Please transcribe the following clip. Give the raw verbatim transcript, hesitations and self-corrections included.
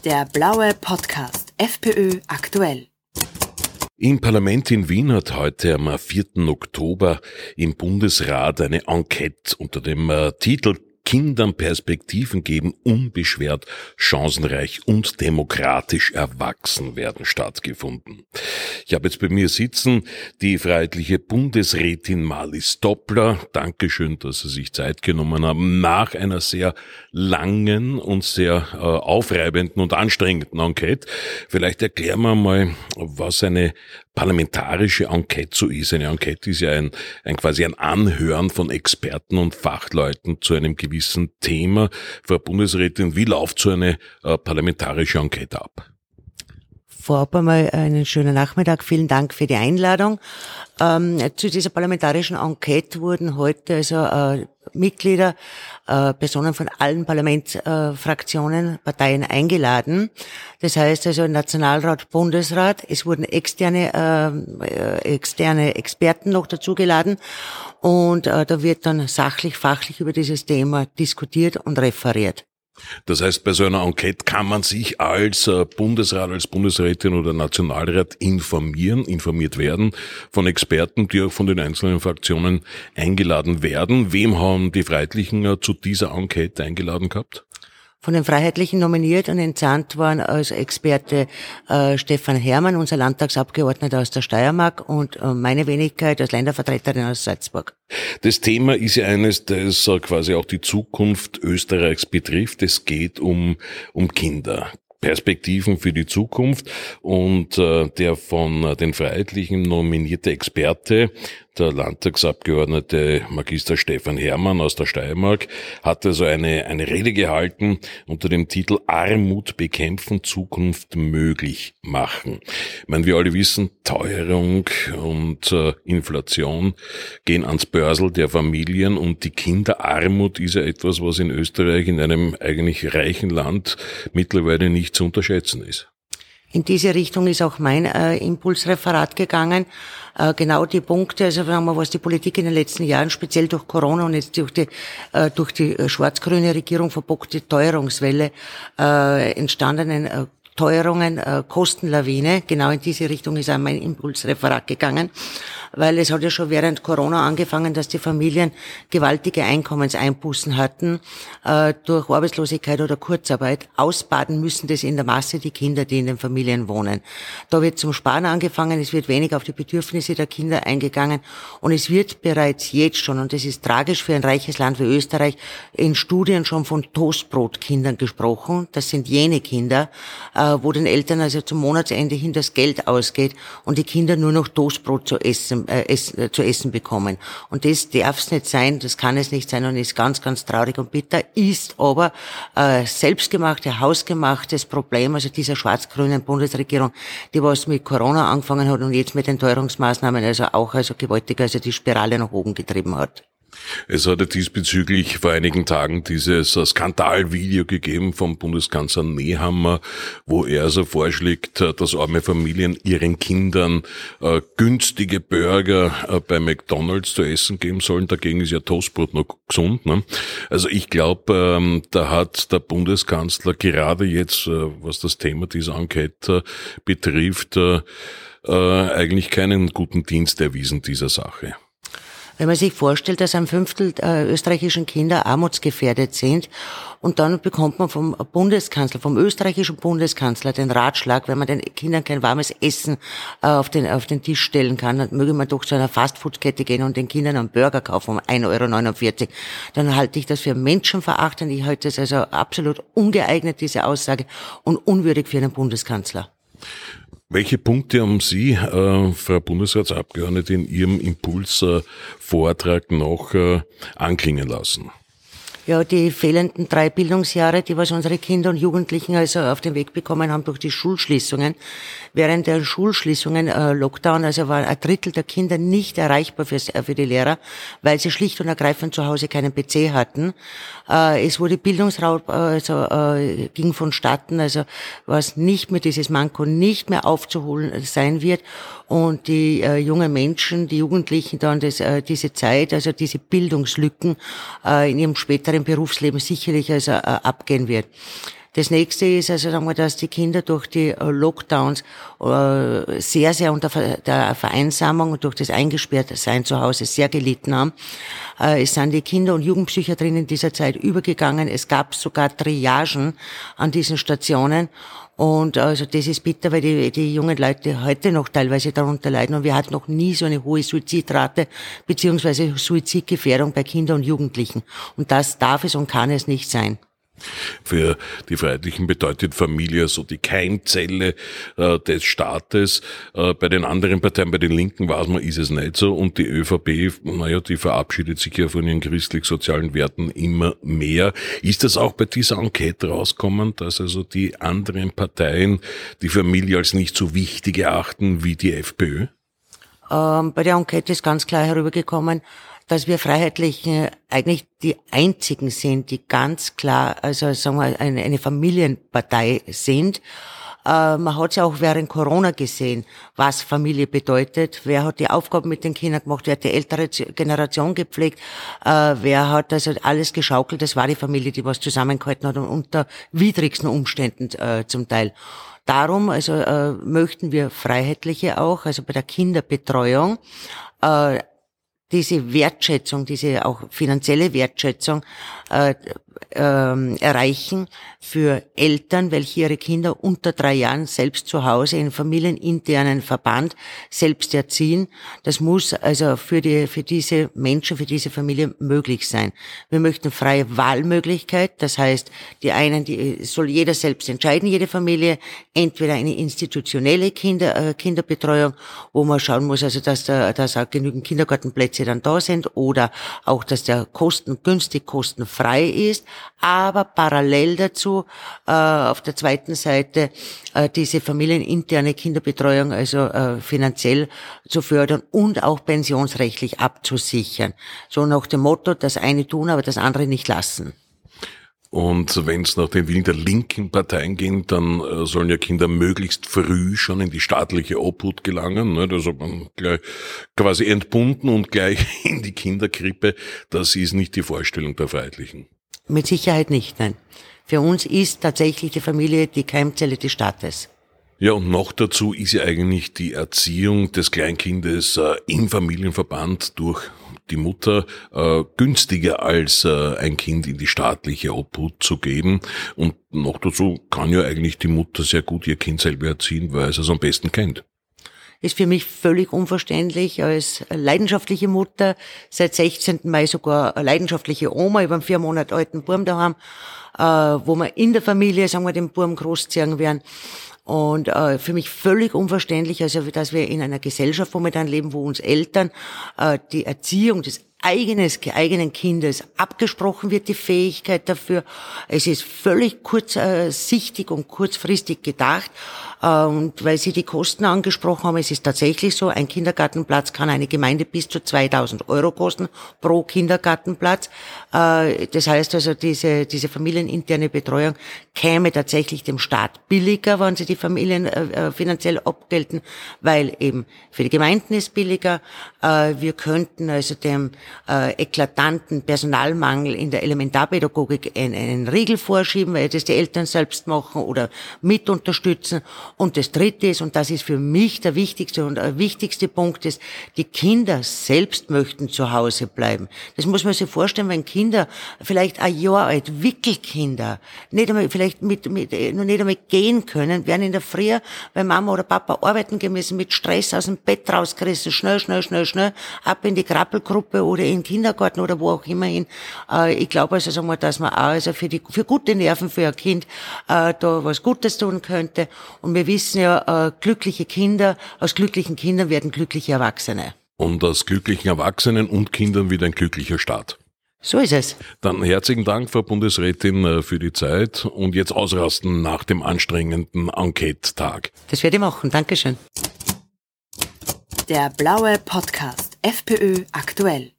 Der blaue Podcast FPÖ aktuell. Im Parlament in Wien hat heute am vierten Oktober im Bundesrat eine Enquete unter dem äh, Titel Kindern Perspektiven geben, unbeschwert, chancenreich und demokratisch erwachsen werden stattgefunden. Ich habe jetzt bei mir sitzen die freiheitliche Bundesrätin Marlies Doppler. Dankeschön, dass Sie sich Zeit genommen haben, nach einer sehr langen und sehr äh, aufreibenden und anstrengenden Enquete. Vielleicht erklären wir mal, was eine parlamentarische Enquete so ist. Eine Enquete ist ja ein, ein quasi ein Anhören von Experten und Fachleuten zu einem gewissen Thema. Frau Bundesrätin, wie läuft so eine äh, parlamentarische Enquete ab? Vorab einmal einen schönen Nachmittag. Vielen Dank für die Einladung. Ähm, zu dieser parlamentarischen Enquete wurden heute also äh, Mitglieder, äh, Personen von allen Parlamentsfraktionen, äh, Parteien eingeladen. Das heißt also Nationalrat, Bundesrat. Es wurden externe, äh, externe Experten noch dazugeladen und äh, da wird dann sachlich, fachlich über dieses Thema diskutiert und referiert. Das heißt, bei so einer Enquete kann man sich als Bundesrat, als Bundesrätin oder Nationalrat informieren, informiert werden von Experten, die auch von den einzelnen Fraktionen eingeladen werden. Wem haben die Freiheitlichen zu dieser Enquete eingeladen gehabt? Von den Freiheitlichen nominiert und entsandt waren als Experte äh, Stefan Hermann, unser Landtagsabgeordneter aus der Steiermark, und äh, meine Wenigkeit als Ländervertreterin aus Salzburg. Das Thema ist ja eines, das äh, quasi auch die Zukunft Österreichs betrifft. Es geht um um Kinder. Perspektiven für die Zukunft, und äh, der von äh, den Freiheitlichen nominierte Experte, der Landtagsabgeordnete Magister Stefan Hermann aus der Steiermark, hat also eine eine Rede gehalten unter dem Titel Armut bekämpfen, Zukunft möglich machen. Ich meine, wir alle wissen, Teuerung und äh, Inflation gehen ans Börsel der Familien, und die Kinderarmut ist ja etwas, was in Österreich, in einem eigentlich reichen Land, mittlerweile nicht zu unterschätzen ist. In diese Richtung ist auch mein äh, Impulsreferat gegangen. Äh, genau die Punkte, also sagen wir, was die Politik in den letzten Jahren, speziell durch Corona und jetzt durch die äh, durch die äh, schwarz-grüne Regierung verbockte Teuerungswelle äh, entstandenen äh, Teuerungen, äh, Kostenlawine, genau in diese Richtung ist auch mein Impulsreferat gegangen, weil es hat ja schon während Corona angefangen, dass die Familien gewaltige Einkommenseinbußen hatten, äh, durch Arbeitslosigkeit oder Kurzarbeit. Ausbaden müssen das in der Masse die Kinder, die in den Familien wohnen. Da wird zum Sparen angefangen, es wird wenig auf die Bedürfnisse der Kinder eingegangen, und es wird bereits jetzt schon, und das ist tragisch für ein reiches Land wie Österreich, in Studien schon von Toastbrotkindern gesprochen. Das sind jene Kinder, äh, wo den Eltern also zum Monatsende hin das Geld ausgeht und die Kinder nur noch Toastbrot zu essen, äh, essen, äh, zu essen bekommen. Und das darf es nicht sein, das kann es nicht sein und ist ganz, ganz traurig und bitter, ist aber äh, selbstgemachte, hausgemachtes Problem, also dieser schwarz-grünen Bundesregierung, die was mit Corona angefangen hat und jetzt mit den Teuerungsmaßnahmen also auch also gewaltig also die Spirale nach oben getrieben hat. Es hatte diesbezüglich vor einigen Tagen dieses Skandalvideo gegeben vom Bundeskanzler Nehammer, wo er also vorschlägt, dass arme Familien ihren Kindern äh, günstige Burger äh, bei McDonald's zu essen geben sollen. Dagegen ist ja Toastbrot noch gesund, ne? Also ich glaube, ähm, da hat der Bundeskanzler gerade jetzt, äh, was das Thema dieser Enquete äh, betrifft, äh, äh, eigentlich keinen guten Dienst erwiesen dieser Sache. Wenn man sich vorstellt, dass ein Fünftel äh, österreichischen Kinder armutsgefährdet sind, und dann bekommt man vom Bundeskanzler, vom österreichischen Bundeskanzler den Ratschlag, wenn man den Kindern kein warmes Essen äh, auf den auf den Tisch stellen kann, dann möge man doch zu einer Fastfood-Kette gehen und den Kindern einen Burger kaufen um ein Euro neunundvierzig. Dann halte ich das für menschenverachtend. Ich halte das also absolut ungeeignet, diese Aussage, und unwürdig für einen Bundeskanzler. Welche Punkte haben Sie, äh, Frau Bundesratsabgeordnete, in Ihrem Impulsvortrag noch äh, anklingen lassen? Ja, die fehlenden drei Bildungsjahre, die was unsere Kinder und Jugendlichen also auf den Weg bekommen haben durch die Schulschließungen. Während der Schulschließungen, äh, Lockdown, also war ein Drittel der Kinder nicht erreichbar für, für die Lehrer, weil sie schlicht und ergreifend zu Hause keinen P C hatten. Äh, es wurde Bildungsraub, äh, also äh, ging vonstatten, also was nicht mehr, dieses Manko nicht mehr aufzuholen sein wird. Und die äh, jungen Menschen, die Jugendlichen dann das, äh, diese Zeit, also diese Bildungslücken äh, in ihrem späteren Berufsleben sicherlich also äh, abgehen wird. Das nächste ist also, sagen wir, dass die Kinder durch die Lockdowns äh, sehr, sehr unter der Vereinsamung und durch das Eingesperrtsein zu Hause sehr gelitten haben. Äh, es sind die Kinder- und Jugendpsychiatrien in dieser Zeit übergegangen. Es gab sogar Triagen an diesen Stationen. Und also das ist bitter, weil die, die jungen Leute heute noch teilweise darunter leiden. Und wir hatten noch nie so eine hohe Suizidrate beziehungsweise Suizidgefährdung bei Kindern und Jugendlichen. Und das darf es und kann es nicht sein. Für die Freiheitlichen bedeutet Familie so die Keimzelle äh, des Staates. Äh, bei den anderen Parteien, bei den Linken weiß man, ist es nicht so. Und die ÖVP, naja, die verabschiedet sich ja von ihren christlich-sozialen Werten immer mehr. Ist das auch bei dieser Enquete rausgekommen, dass also die anderen Parteien die Familie als nicht so wichtig erachten wie die FPÖ? Ähm, bei der Enquete ist ganz klar herübergekommen, dass wir Freiheitlichen eigentlich die einzigen sind, die ganz klar, also sagen wir, eine, eine Familienpartei sind. Äh, man hat ja auch während Corona gesehen, was Familie bedeutet. Wer hat die Aufgaben mit den Kindern gemacht, wer hat die ältere Generation gepflegt, äh, wer hat also alles geschaukelt. Das war die Familie, die was zusammengehalten hat und unter widrigsten Umständen äh, zum Teil. Darum also äh, möchten wir Freiheitliche auch, also bei der Kinderbetreuung, äh, diese Wertschätzung, diese auch finanzielle Wertschätzung äh, ähm, erreichen für Eltern, welche ihre Kinder unter drei Jahren selbst zu Hause in familieninternen Verband selbst erziehen. Das muss also für die für diese Menschen, für diese Familie möglich sein. Wir möchten freie Wahlmöglichkeit, das heißt, die einen, die soll jeder selbst entscheiden, jede Familie, entweder eine institutionelle Kinder äh, Kinderbetreuung, wo man schauen muss, also dass da dass auch genügend Kindergartenplätze dann da sind oder auch, dass der kosten günstig kostenfrei ist, aber parallel dazu äh, auf der zweiten Seite äh, diese familieninterne Kinderbetreuung also äh, finanziell zu fördern und auch pensionsrechtlich abzusichern. So nach dem Motto, das eine tun, aber das andere nicht lassen. Und wenn es nach den Willen der linken Parteien geht, dann äh, sollen ja Kinder möglichst früh schon in die staatliche Obhut gelangen. Ne? Also man gleich quasi entbunden und gleich in die Kinderkrippe. Das ist nicht die Vorstellung der Freiheitlichen. Mit Sicherheit nicht, nein. Für uns ist tatsächlich die Familie die Keimzelle des Staates. Ja, und noch dazu ist ja eigentlich die Erziehung des Kleinkindes äh, im Familienverband durch die Mutter äh, günstiger als äh, ein Kind in die staatliche Obhut zu geben. Und noch dazu kann ja eigentlich die Mutter sehr gut ihr Kind selber erziehen, weil es es am besten kennt. Ist für mich völlig unverständlich als leidenschaftliche Mutter, seit sechzehnten Mai sogar eine leidenschaftliche Oma über einen vier Monate alten Burm daheim, äh, wo wir in der Familie, sagen wir, den Burm großziehen werden. Und äh, für mich völlig unverständlich, also dass wir in einer Gesellschaft momentan leben, wo uns Eltern äh, die Erziehung des eigenes, eigenen Kindes abgesprochen wird, die Fähigkeit dafür. Es ist völlig kurzsichtig und kurzfristig gedacht. Und weil Sie die Kosten angesprochen haben, es ist tatsächlich so, ein Kindergartenplatz kann eine Gemeinde bis zu zweitausend Euro kosten pro Kindergartenplatz. Das heißt also, diese, diese familieninterne Betreuung käme tatsächlich dem Staat billiger, wenn Sie die Familien finanziell abgelten, weil eben für die Gemeinden ist billiger. Wir könnten also dem äh, eklatanten Personalmangel in der Elementarpädagogik einen, einen Riegel vorschieben, weil das die Eltern selbst machen oder mit unterstützen. Und das Dritte ist, und das ist für mich der wichtigste und der wichtigste Punkt ist, die Kinder selbst möchten zu Hause bleiben. Das muss man sich vorstellen, wenn Kinder vielleicht ein Jahr alt, Wickelkinder, nicht einmal, vielleicht mit, mit, noch nicht einmal gehen können, werden in der Früh, wenn Mama oder Papa arbeiten gehen müssen, mit Stress aus dem Bett rausgerissen, schnell, schnell, schnell, schnell, ab in die Krabbelgruppe oder in den Kindergarten oder wo auch immer hin. Äh, ich glaube also, sagen wir, dass man auch also für die, für gute Nerven für ein Kind, äh, da was Gutes tun könnte. Und wir wissen ja, äh, glückliche Kinder, aus glücklichen Kindern werden glückliche Erwachsene. Und aus glücklichen Erwachsenen und Kindern wird ein glücklicher Staat. So ist es. Dann herzlichen Dank, Frau Bundesrätin, für die Zeit und jetzt ausrasten nach dem anstrengenden Enquete-Tag. Das werde ich machen. Dankeschön. Der blaue Podcast F P Ö aktuell.